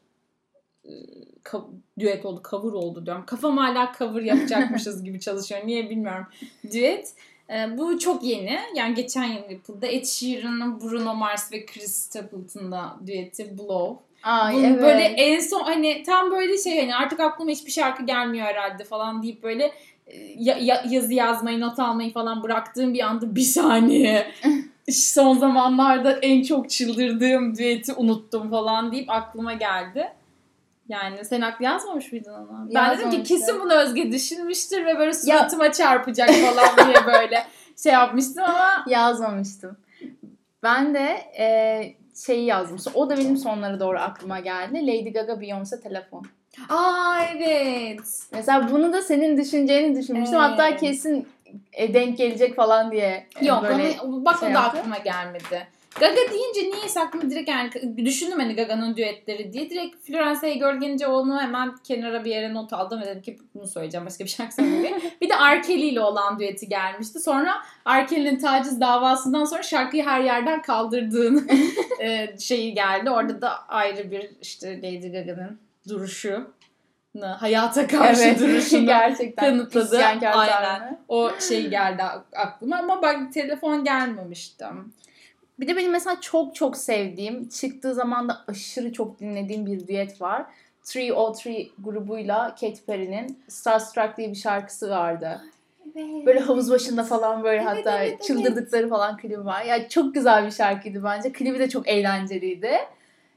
Düet oldu, cover oldu diyorum. Kafam hala cover yapacakmışız gibi çalışıyor. Niye bilmiyorum. Düet. Bu çok yeni. Yani geçen yıl yapıldı. Ed Sheeran'ın Bruno Mars ve Chris Stapleton'da düeti Blow. Ay, evet. Böyle evet. en son hani tam böyle hani artık aklıma hiçbir şarkı gelmiyor herhalde falan deyip böyle yazı yazmayı, not almayı falan bıraktığım bir anda bir saniye. Son zamanlarda en çok çıldırdığım düeti unuttum falan deyip aklıma geldi. Yani sen yazmamış mıydın ona? Ben dedim ki kesin bunu Özge düşünmüştür ve böyle suratıma çarpacak falan diye böyle şey yapmıştım ama. Yazmamıştım. Ben de şeyi yazmıştım. O da benim sonlara doğru aklıma geldi. Lady Gaga, Beyoncé, Telefon. Aa evet. Mesela bunu da senin düşüneceğini düşünmüştüm. Evet. Hatta kesin denk gelecek falan diye. Yok böyle bak o da aklıma gelmedi. Gaga deyince niyeyse aklıma direkt yani düşündüm hani Gaga'nın düetleri diye. Direkt Florence Hey Girl gelince onu hemen kenara bir yere not aldım ve dedim ki bunu söyleyeceğim, başka bir şarkı söyleyeyim. Bir de R. Kelly ile olan düeti gelmişti. Sonra R. Kelly'nin taciz davasından sonra şarkıyı her yerden kaldırdığını şeyi geldi. Orada da ayrı bir işte Lady Gaga'nın duruşu, hayata karşı duruşunu gerçekten kanıtladı. Aynen. O şey geldi aklıma ama bak telefon gelmemişti. Bir de benim mesela çok çok sevdiğim, çıktığı zaman da aşırı çok dinlediğim bir düet var. 303 grubuyla Katy Perry'nin Starstruck diye bir şarkısı vardı. Evet. Böyle havuz başında falan böyle hatta çıldırdıkları falan klibi var. Yani çok güzel bir şarkıydı bence. Klibi de çok eğlenceliydi.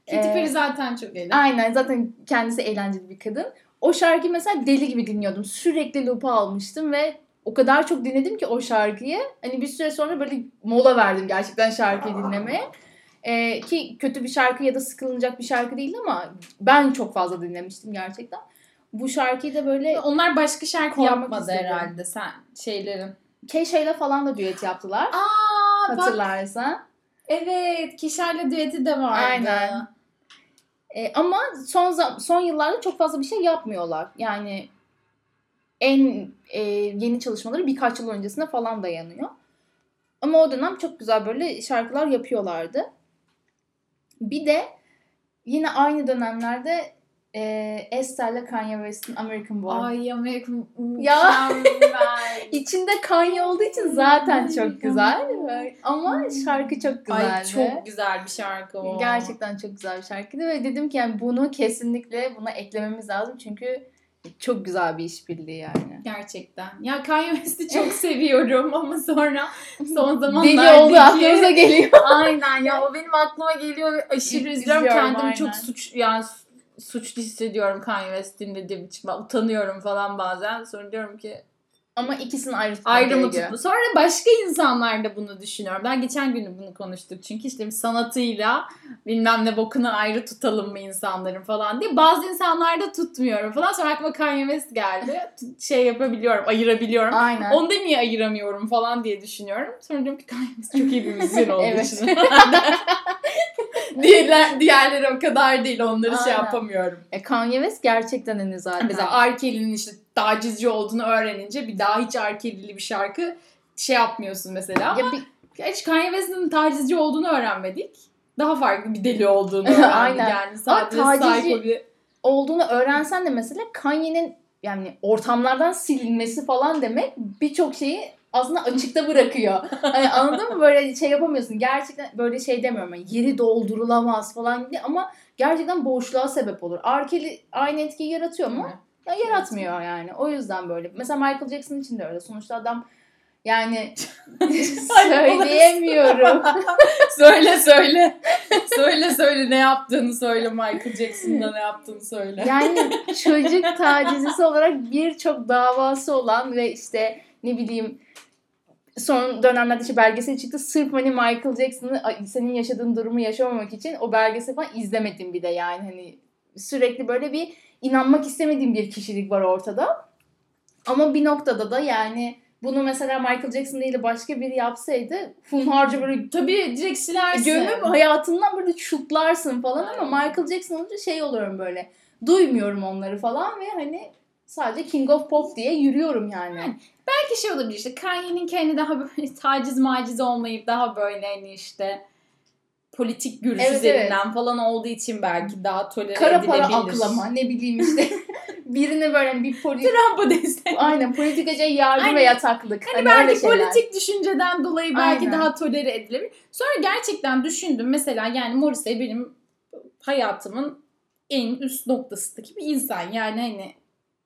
Katy Perry zaten çok eğlenceli. Aynen, zaten kendisi eğlenceli bir kadın. O şarkıyı mesela deli gibi dinliyordum. Sürekli loop'a almıştım ve o kadar çok dinledim ki o şarkıyı. Hani bir süre sonra böyle mola verdim gerçekten şarkıyı dinlemeye. Ki kötü bir şarkı ya da sıkılınacak bir şarkı değil ama ben çok fazla dinlemiştim gerçekten. Bu şarkıyı da böyle... Onlar başka şarkı koymak yapmadı istedim. herhalde sen şeylerin. Keşa'yla falan da düet yaptılar. Bak, Hatırlarsan. evet, Keşan'la düeti de vardı. Aynen. Ama son yıllarda çok fazla bir şey yapmıyorlar. Yani en yeni çalışmaları birkaç yıl öncesine falan dayanıyor. Ama o dönem çok güzel böyle şarkılar yapıyorlardı. Bir de yine aynı dönemlerde Esther'le Kanye West'in American Boy. Ay, American Ya. mükemmel. İçinde Kanye olduğu için zaten çok güzel. Ama şarkı çok güzeldi. Ay, çok güzel bir şarkı o. Gerçekten çok güzel bir şarkıydı ve dedim ki yani bunu kesinlikle buna eklememiz lazım çünkü çok güzel bir işbirliği yani. Gerçekten. Ya Kanye West'i çok seviyorum ama sonra son zamanlarda Deli oldu aklımıza geliyor. Aynen ya, o benim aklıma geliyor ve aşırı üzülüyorum. Kendimi aynen. çok suçlu hissediyorum Kanye West dinlediğim için. Ben utanıyorum falan bazen. Sonra diyorum ki Ama ikisini ayrı ayrı mı gerekiyor. tuttu? Sonra başka insanlar da bunu düşünüyorum. Ben geçen gün bunu konuştuk. Çünkü işte sanatıyla bilmem ne bokunu ayrı tutalım mı insanların falan diye. Bazı insanlarda tutmuyorum falan. Sonra aklıma Kanye West geldi. Şey yapabiliyorum, ayırabiliyorum. Aynen. Onda niye ayıramıyorum falan diye düşünüyorum. Sonra diyorum ki Kanye West çok iyi bir müzisyen olduğu Evet. için. Diğerleri o kadar değil. Onları şey Aynen. yapamıyorum. Kanye West gerçekten en zaten. Mesela R. Kelly'nin işte tacizci olduğunu öğrenince bir daha hiç R. Kelly'li bir şarkı şey yapmıyorsun mesela. Ama hiç Kanye West'in tacizci olduğunu öğrenmedik. Daha farklı bir deli olduğunu öğrendik. Aynen. Yani sadece ama tacizci psycho bir... olduğunu öğrensen de mesela Kanye'nin yani ortamlardan silinmesi falan demek birçok şeyi aslında açıkta bırakıyor. Hani anladın mı? Böyle şey yapamıyorsun. Gerçekten böyle şey demiyorum. Yani yeri doldurulamaz falan gibi ama gerçekten boşluğa sebep olur. R. Kelly aynı etkiyi yaratıyor mu? Ya yaratmıyor yani. O yüzden böyle. Mesela Michael Jackson için de öyle. Sonuçta adam yani söyleyemiyorum. söyle ne yaptığını söyle, Michael Jackson'da ne yaptığını söyle. Yani çocuk tacizcisi olarak birçok davası olan ve işte ne bileyim son dönemlerde işte belgesel çıktı. Sırf hani Michael Jackson'ın senin yaşadığın durumu yaşamamak için o belgeseli falan izlemedim bir de yani hani sürekli böyle bir inanmak istemediğim bir kişilik var ortada. Ama bir noktada da yani bunu mesela Michael Jackson değil de başka biri yapsaydı hunharca böyle tabii direkt silersin. gömüp hayatından böyle şutlarsın falan. Aynen. Ama Michael Jackson olunca şey oluyorum böyle duymuyorum onları falan ve hani sadece King of Pop diye yürüyorum yani. Belki şey olabilir işte Kanye'nin kendi daha böyle taciz olmayıp daha böyle hani işte politik görüş üzerinden falan olduğu için belki daha tolere kara edilebilir. Kara para aklama ne bileyim işte birine böyle bir Trump'ı destek. Aynen politikacıya yardım ve yataklık. Hani belki politik düşünceden dolayı belki daha tolere edilebilir. Sonra gerçekten düşündüm mesela yani Morrissey benim hayatımın en üst noktasındaki bir insan. Yani hani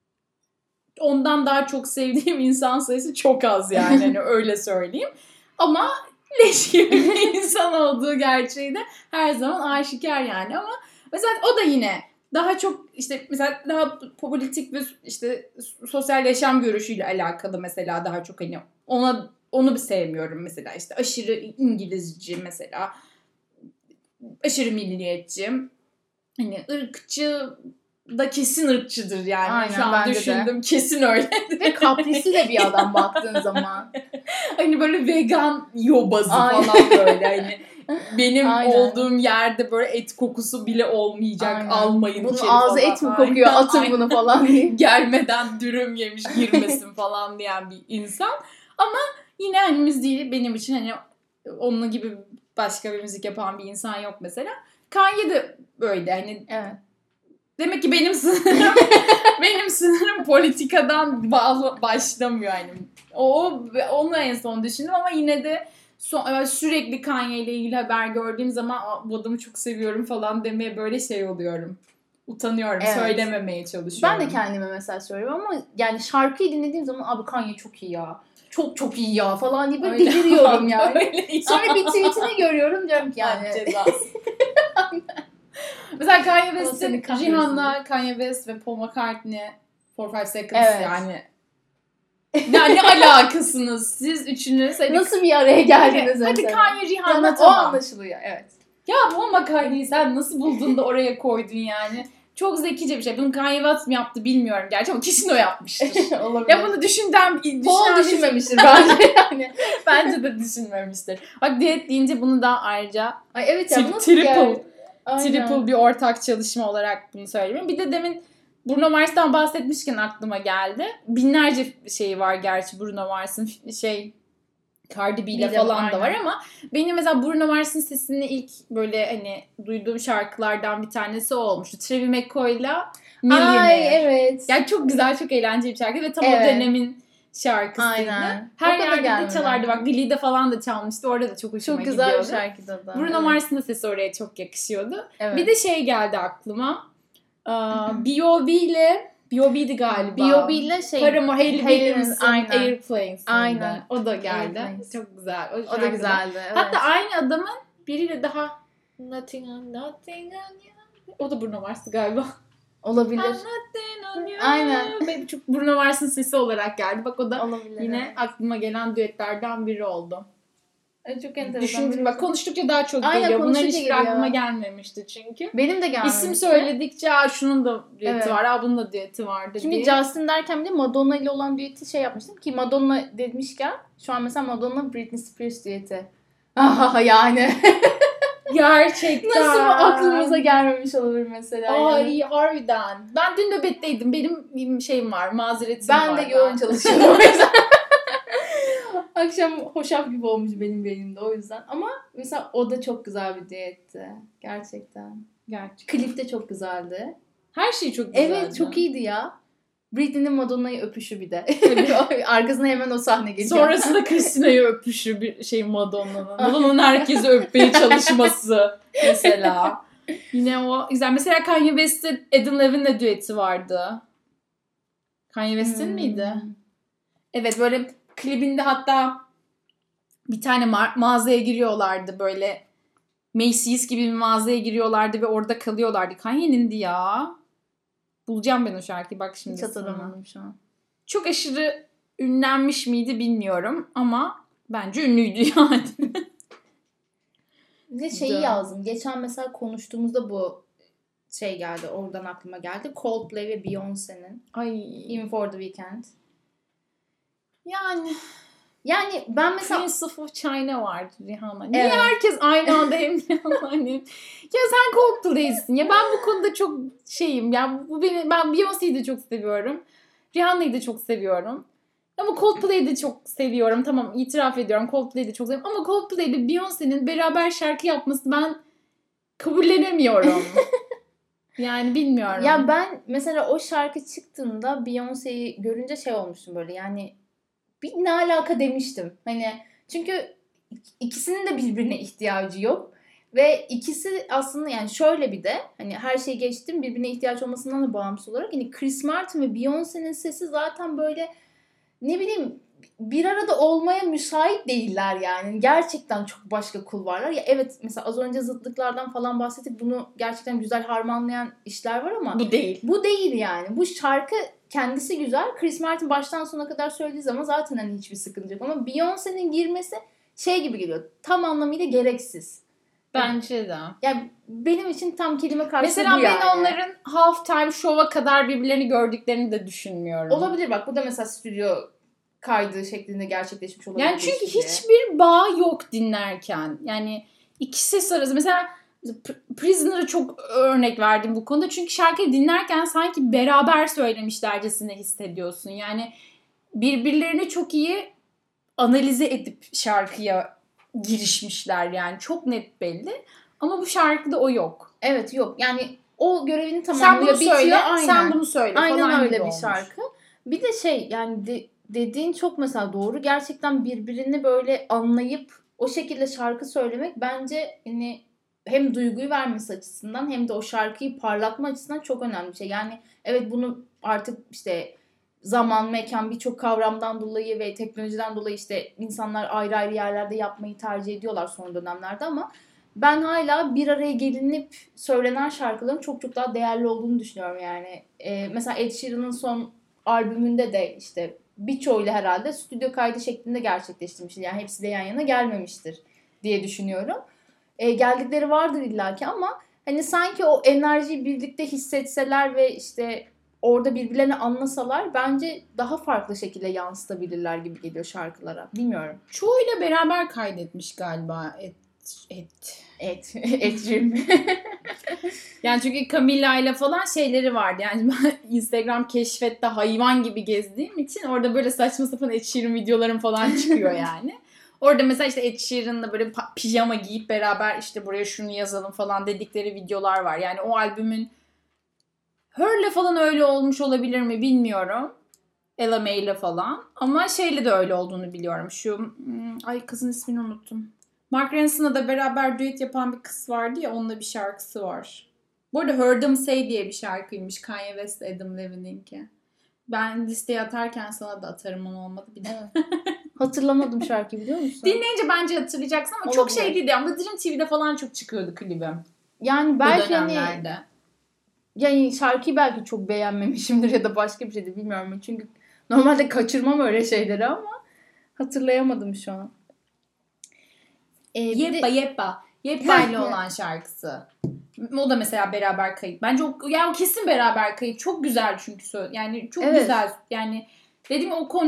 ondan daha çok sevdiğim insan sayısı çok az yani hani öyle söyleyeyim. Ama leş gibi bir insan olduğu gerçeği de her zaman aşikar yani. Ama mesela o da yine daha çok işte mesela daha politik ve işte sosyal yaşam görüşüyle alakalı mesela daha çok hani onu bir sevmiyorum mesela işte aşırı İngilizci mesela aşırı milliyetçi hani ırkçı da kesin ırkçıdır yani. Aynen, şu an düşündüm. Kesin öyle. Ve kaprisli de bir adam baktığın zaman. Hani böyle vegan yobazı falan böyle hani benim olduğum yerde böyle et kokusu bile olmayacak. Almayın bunun içeri ağzı falan. Et mi kokuyor? Atın bunu falan diye. Gelmeden dürüm yemiş girmesin falan diyen bir insan. Ama yine hani müziği benim için hani onun gibi başka bir müzik yapan bir insan yok mesela. Kanye de böyle hani evet. Demek ki benim sınırım politikadan başlamıyor yani. Onu en son düşündüm ama yine de sürekli Kanye ile ilgili haber gördüğüm zaman bu adamı çok seviyorum falan demeye böyle şey oluyorum. Utanıyorum. Evet. Söylememeye çalışıyorum. Ben de kendime mesela söylüyorum ama yani şarkıyı dinlediğim zaman abi Kanye çok iyi ya. Çok çok iyi ya falan diye böyle deliriyorum yani. Sonra bir tweetini görüyorum diyorum ki yani. Mesela Kanye O seni West'in kahretsin. Rihanna, Kanye West ve Paul McCartney 4-5 Seconds Evet. yani. Ya ne alakasınız siz üçünüz? Hadi, Nasıl bir araya geldiniz hadi mesela? Kanye, Rihanna Yani o tamam. anlaşılıyor, evet. Ya Paul McCartney'i sen nasıl buldun da oraya koydun yani? Çok zekice bir şey. Bunu Kanye West mi yaptı bilmiyorum gerçi ama kesin o yapmıştır. Olabilir. Ya bunu düşünen Paul düşünmemiştir bence yani. bence de düşünmemiştir. Bak diyet deyince bunu da ayrıca Ay evet ya bu nasıl triple Aynen. triple bir ortak çalışma olarak bunu söyleyeyim. Bir de demin Bruno Mars'tan bahsetmişken aklıma geldi. Binlerce şeyi var gerçi Bruno Mars'ın Cardi B ile falan da var ama benim mesela Bruno Mars'ın sesini ilk böyle hani duyduğum şarkılardan bir tanesi o olmuştu. Travis McCoy'la Millionaire. Ay evet. Yani çok güzel, çok eğlenceli bir şarkı ve tam Evet. o dönemin şarkısıydı. Aynen. Her O da yerde de gelmedi. çalardı. Bak Billy'de falan da çalmıştı. Orada da çok hoşuma Çok güzel gidiyordu. bir şarkıda da. Bruno Evet. Mars'ın da sesi oraya çok yakışıyordu. Evet. Bir de geldi aklıma. B.O.B'di galiba. B.O.B. ile Paramore, Hailey Williamson, aynen. Airplanes. Aynen. O da geldi. Airplanes. Çok güzel. O da şarkı güzeldi. Evet. Hatta aynı adamın biriyle daha Nothing on You. O da Bruno Mars'tı galiba. Olabilir. Nothing on You. Aynen. Benim çok Bruno Mars'ın sesi olarak geldi. Bak o da Olabilir. yine evet. aklıma gelen düetlerden biri oldu. Ay, çok enteresan. Düşündüm bak konuştukça daha çok Aynen, geliyor. Bunlar konuştukça hiçbir geliyor. aklıma gelmemişti çünkü. Benim de gelmemişti. İsim söyledikçe şunun da düeti Evet. var, bunun da düeti vardı Çünkü diye. Justin derken bile Madonna ile olan düeti yapmıştım ki Madonna demişken şu an mesela Madonna Britney Spears düeti. Ah yani. Gerçekten. Nasıl bu aklımıza gelmemiş olabilir mesela. Ay harbiden. Ben dün nöbetteydim. Benim şeyim var, mazeretim var. Ben de yoğun çalışıyorum o yüzden. Akşam hoşaf gibi olmuş benim beynimde o yüzden. Ama mesela o da çok güzel bir düetti. Gerçekten. Gerçekten. Klip de çok güzeldi. Her şey çok güzeldi. Evet çok iyiydi ya. Britney'nin Madonna'yı öpüşü bir de. Arkasına hemen o sahne geliyor. Sonrasında Christina'yı öpüşü bir Madonna'nın. Madonna'nın herkesi öpmeye çalışması mesela. Yine o güzel. Mesela Kanye West'in Adam Levine'le düeti vardı. Kanye West'in miydi? Evet böyle klibinde hatta bir tane mağazaya giriyorlardı böyle Macy's gibi bir mağazaya giriyorlardı ve orada kalıyorlardı. Kanye'nindi ya. Bulacağım ben o şarkıyı bak şimdi. Hiç hatırlamadım şu an. Çok aşırı ünlenmiş miydi bilmiyorum ama bence ünlüydü yani. Bir de şeyi yazdım. Geçen mesela konuştuğumuzda bu geldi. Oradan aklıma geldi. Coldplay ve Beyoncé'nin In For The Weekend. Yani ben mesela Prince of China vardı Rihanna. Niye Evet. herkes aynı anda hem Rihanna hem... Ya sen Coldplay'sin. Ya ben bu konuda çok şeyim. Ya ben Beyoncé'yi de çok seviyorum. Rihanna'yı da çok seviyorum. Ama Coldplay'i de çok seviyorum. Tamam itiraf ediyorum. Coldplay'i de çok seviyorum. Ama Coldplay'de Beyoncé'nin beraber şarkı yapması ben kabullenemiyorum. Yani bilmiyorum. Ya ben mesela o şarkı çıktığında Beyoncé'yi görünce olmuştum böyle yani bir ne alaka demiştim. Hani çünkü ikisinin de birbirine ihtiyacı yok. Ve ikisi aslında yani şöyle bir de hani her şeyi geçtim birbirine ihtiyaç olmasından da bağımsız olarak hani Chris Martin ve Beyoncé'nin sesi zaten böyle ne bileyim bir arada olmaya müsait değiller yani. Gerçekten çok başka kulvarlar. Ya evet mesela az önce zıtlıklardan falan bahsettik. Bunu gerçekten güzel harmanlayan işler var ama bu değil. Bu değil yani. Bu şarkı kendisi güzel. Chris Martin baştan sona kadar söylediği zaman zaten hani hiçbir sıkıntı yok. Ama Beyoncé'nin girmesi gibi geliyor. Tam anlamıyla gereksiz. Bence de. Yani benim için tam kelime karşılığı mesela bu yani. ben onların halftime show'a kadar birbirlerini gördüklerini de düşünmüyorum. Olabilir bak bu da mesela stüdyo kaydı şeklinde gerçekleşmiş olabilir. Yani çünkü hiçbir bağ yok dinlerken. Yani iki ses arası. Mesela Prisoner'a çok örnek verdim bu konuda. Çünkü şarkıyı dinlerken sanki beraber söylemişlercesine hissediyorsun. Yani birbirlerini çok iyi analize edip şarkıya girişmişler yani. Çok net belli. Ama bu şarkıda o yok. Evet yok. Yani o görevini tamamlıyor. Sen bunu söyle, aynen. sen bunu söyle aynen falan öyle gibi bir olmuş. şarkı. Bir de yani dediğin çok mesela doğru. Gerçekten birbirini böyle anlayıp o şekilde şarkı söylemek bence hani hem duyguyu vermesi açısından hem de o şarkıyı parlatma açısından çok önemli bir şey. Yani evet bunu artık işte zaman, mekan birçok kavramdan dolayı ve teknolojiden dolayı işte insanlar ayrı ayrı yerlerde yapmayı tercih ediyorlar son dönemlerde ama ben hala bir araya gelinip söylenen şarkıların çok çok daha değerli olduğunu düşünüyorum yani. Mesela Ed Sheeran'ın son albümünde de işte birçoğuyla herhalde stüdyo kaydı şeklinde gerçekleştirmiştir. Yani hepsi de yan yana gelmemiştir diye düşünüyorum. Geldikleri vardır illaki ama hani sanki o enerjiyi birlikte hissetseler ve işte orada birbirlerini anlasalar bence daha farklı şekilde yansıtabilirler gibi geliyor şarkılara. Bilmiyorum. Çoğuyla beraber kaydetmiş galiba Ed'cim. Yani çünkü Camila ile falan şeyleri vardı. Yani ben Instagram keşfette hayvan gibi gezdiğim için orada böyle saçma sapan Ed Sheeran videolarım falan çıkıyor yani. Orada mesela işte Ed Sheeran'la böyle pijama giyip beraber işte buraya şunu yazalım falan dedikleri videolar var. Yani o albümün Her'le falan öyle olmuş olabilir mi bilmiyorum. Ella Mai'le falan. Ama şeyle de öyle olduğunu biliyorum. Şu ay kızın ismini unuttum. Mark Ranson'la da beraber düet yapan bir kız vardı ya, onunla bir şarkısı var. Bu arada Heard 'Em Say diye bir şarkıymış. Kanye West, Adam Levine'inki. Ben listeye atarken sana da atarım, onu olmadı bir de. Hatırlamadım şarkıyı, biliyor musun? Dinleyince bence hatırlayacaksın ama olabilir. çok şey değildi. Ama Dream TV'de falan çok çıkıyordu klibi. Yani belki o hani dönemlerde. yani şarkıyı belki çok beğenmemişimdir ya da başka bir şeydi, bilmiyorum. Çünkü normalde kaçırmam öyle şeyleri ama hatırlayamadım şu an. Yeppa Yeppa. Yeppa ile olan şarkısı. O da mesela beraber kayıt. Bence o kesin beraber kayıt. Çok güzel çünkü yani çok güzel. Yani dediğim o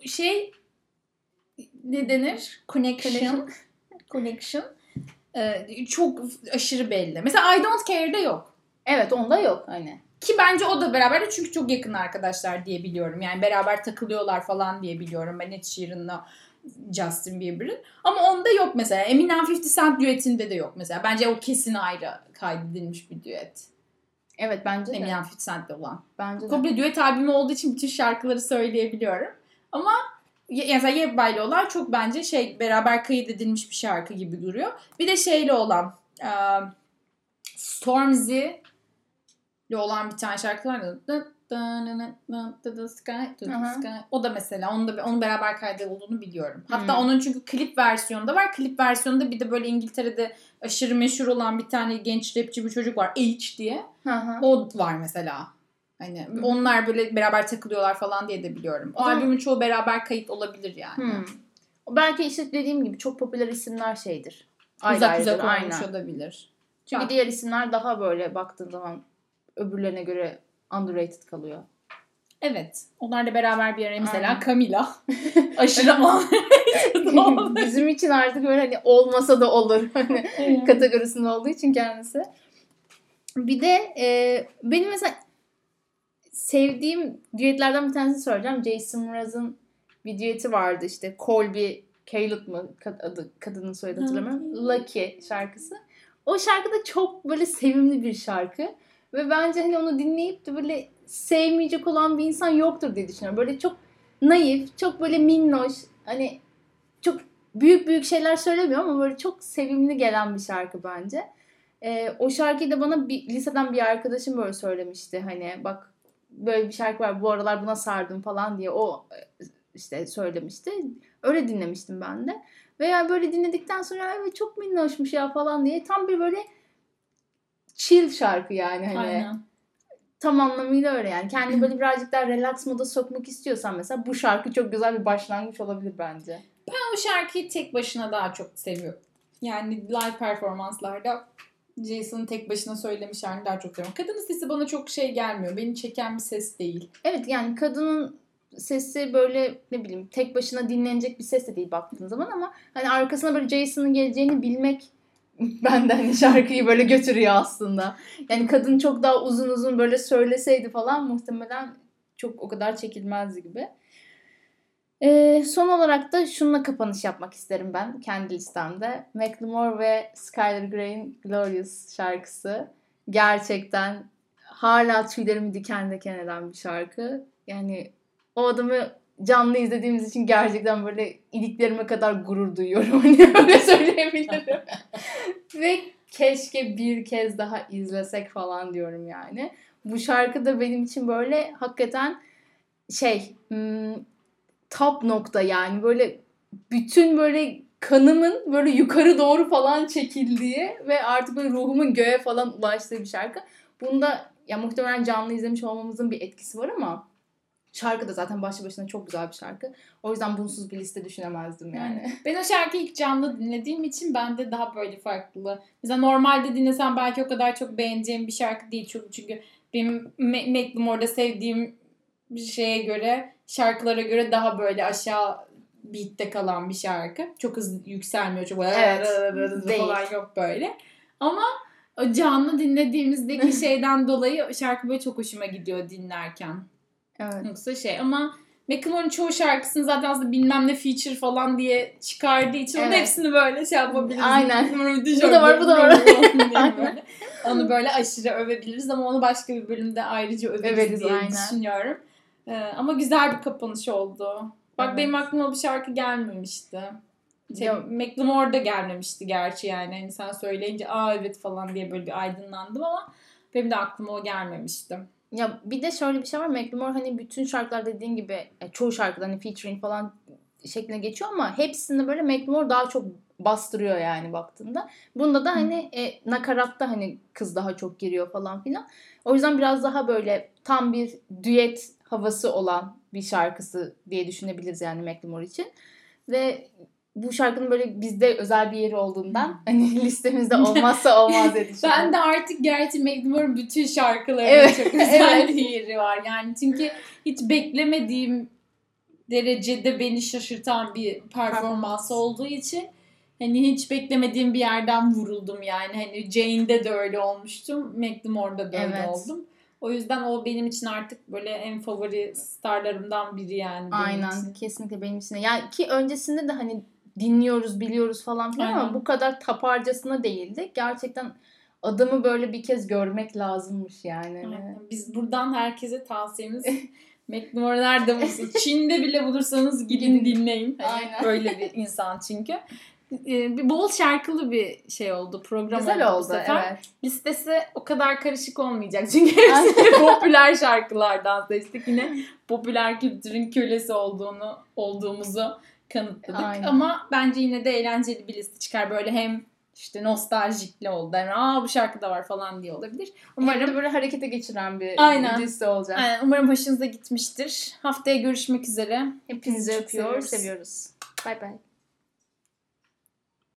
ne denir? Connection. Çok aşırı belli. Mesela I Don't Care'de yok. Evet, onda yok hani. Ki bence o da beraber de çünkü çok yakın arkadaşlar diye biliyorum. Yani beraber takılıyorlar falan diye biliyorum. Ben Ed Sheeran'la Justin Bieber'ın. Ama onda yok mesela. Eminem 50 Cent düetinde de yok mesela. Bence o kesin ayrı kaydedilmiş bir düet. Evet, bence de. Eminem 50 Cent'le olan. Bence de. Komple düet albümü olduğu için bütün şarkıları söyleyebiliyorum. Ama mesela Yebba ile olan çok bence beraber kaydedilmiş bir şarkı gibi duruyor. Bir de şeyle olan Stormzy ile olan bir tane şarkı var. O da mesela onun beraber kaydedildiğini biliyorum. Hatta onun çünkü klip versiyonu da var. Klip versiyonunda bir de böyle İngiltere'de aşırı meşhur olan bir tane genç rapçi bir çocuk var. H diye. O var mesela. Hani onlar böyle beraber takılıyorlar falan diye de biliyorum. O albümün çoğu beraber kayıt olabilir yani. Belki işte dediğim gibi çok popüler isimler şeydir. Uzak olmuş olabilir. Çünkü diğer isimler daha böyle baktığın zaman öbürlerine göre underrated kalıyor. Evet. Onlar da beraber bir araya mesela Camila. Aşırı underrated. Bizim için artık böyle hani olmasa da olur hani kategorisinde olduğu için kendisi. Bir de benim mesela sevdiğim düetlerden bir tanesini söyleyeceğim. Jason Mraz'ın bir düeti vardı işte. Colby Caleb mı adı, kadının soyadı hatırlamıyorum. Lucky şarkısı. O şarkı da çok böyle sevimli bir şarkı. Ve bence hani onu dinleyip de böyle sevmeyecek olan bir insan yoktur diye düşünüyorum. Böyle çok naif, çok böyle minnoş, hani çok büyük şeyler söylemiyor ama böyle çok sevimli gelen bir şarkı bence. O şarkıyı da bana liseden bir arkadaşım böyle söylemişti. Hani bak böyle bir şarkı var, bu aralar buna sardım falan diye o işte söylemişti. Öyle dinlemiştim ben de. Veya böyle dinledikten sonra evet çok minnoşmuş ya falan diye tam bir böyle chill şarkı yani hani. Aynen. Tam anlamıyla öyle yani. Kendini böyle birazcık daha relax moda sokmak istiyorsan mesela bu şarkı çok güzel bir başlangıç olabilir bence. Ben o şarkıyı tek başına daha çok seviyorum. Yani live performanslarda Jason'ın tek başına söylemiş halini daha çok seviyorum. Kadının sesi bana çok gelmiyor. Beni çeken bir ses değil. Evet yani kadının sesi böyle ne bileyim tek başına dinlenecek bir ses de değil baktığın zaman ama hani arkasına böyle Jason'ın geleceğini bilmek benden hani şarkıyı böyle götürüyor aslında. Yani kadın çok daha uzun böyle söyleseydi falan muhtemelen çok o kadar çekilmezdi gibi. Son olarak da şununla kapanış yapmak isterim ben kendi listemde. Macklemore ve Skylar Grey'in Glorious şarkısı. Gerçekten hala tüylerimi diken diken eden bir şarkı. Yani o adamı canlı izlediğimiz için gerçekten böyle iliklerime kadar gurur duyuyorum. Hani öyle söyleyebilirim. Ve keşke bir kez daha izlesek falan diyorum yani. Bu şarkı da benim için böyle hakikaten top nokta yani böyle bütün böyle kanımın böyle yukarı doğru falan çekildiği ve artık böyle ruhumun göğe falan ulaştığı bir şarkı. Bunda ya muhtemelen canlı izlemiş olmamızın bir etkisi var ama şarkı da zaten başlı başına çok güzel bir şarkı. O yüzden bunsuz bir liste düşünemezdim yani. Ben o şarkıyı ilk canlı dinlediğim için bende daha böyle farklı. Mesela normalde dinlesem belki o kadar çok beğeneceğim bir şarkı değil. Çünkü benim Macklemore'da sevdiğim bir şeye göre, şarkılara göre daha böyle aşağı beat'te kalan bir şarkı. Çok hızlı yükselmiyor. Çok Evet, falan yok böyle. Ama o canlı dinlediğimizdeki şeyden dolayı şarkı böyle çok hoşuma gidiyor dinlerken. Evet. Yoksa ama Macklemore'un çoğu şarkısını zaten aslında bilmem ne feature falan diye çıkardığı için onun hepsini böyle şey yapabiliriz. Aynen. Bu da var, bu da var. Böyle. Onu böyle aşırı övebiliriz ama onu başka bir bölümde ayrıca överiz diye düşünüyorum. Ama güzel bir kapanış oldu. Bak benim aklıma bir şarkı gelmemişti. Macklemore da gelmemişti gerçi yani. Hani sen söyleyince evet falan diye böyle bir aydınlandım ama benim de aklıma o gelmemişti. Ya bir de şöyle bir şey var. Macklemore hani bütün şarkılar dediğin gibi çoğu şarkıda hani featuring falan şekline geçiyor ama hepsinde böyle Macklemore daha çok bastırıyor yani baktığında. Bunda da hani nakaratta hani kız daha çok giriyor falan filan. O yüzden biraz daha böyle tam bir düet havası olan bir şarkısı diye düşünebiliriz yani Macklemore için. Ve bu şarkının böyle bizde özel bir yeri olduğundan hani listemizde olmazsa olmaz diye düşünüyorum. Ben de artık gerçi Macklemore'un bütün şarkılarının çok özel bir yeri var. Yani çünkü hiç beklemediğim derecede beni şaşırtan bir performans olduğu için hani hiç beklemediğim bir yerden vuruldum yani. Hani Jane'de de öyle olmuştum. Macklemore'da da öyle oldum. O yüzden o benim için artık böyle en favori starlarımdan biri yani. Aynen. Kesinlikle benim için de. Yani ki öncesinde de hani dinliyoruz, biliyoruz falan filan ama bu kadar taparcasına değildi. Gerçekten adamı böyle bir kez görmek lazımmış yani. Aynen. Biz buradan herkese tavsiyemiz Macklemore nerede bulursunuz? Çin'de bile bulursanız gidin dinleyin. Aynen. Böyle bir insan çünkü. Bir bol şarkılı bir şey oldu. Program güzel oldu bu sefer. Evet. Listesi o kadar karışık olmayacak. Çünkü hepsi popüler şarkılardan seçtik. Yine popüler kültürün kölesi olduğumuzu kanıtladık. Aynen. Ama bence yine de eğlenceli bir liste çıkar. Böyle hem işte nostaljikli oldu. Yani bu şarkı da var falan diye olabilir. Umarım böyle harekete geçiren bir liste olacak. Aynen. Umarım hoşunuza gitmiştir. Haftaya görüşmek üzere. Hepinizi öpüyoruz, seviyoruz. Bye bye.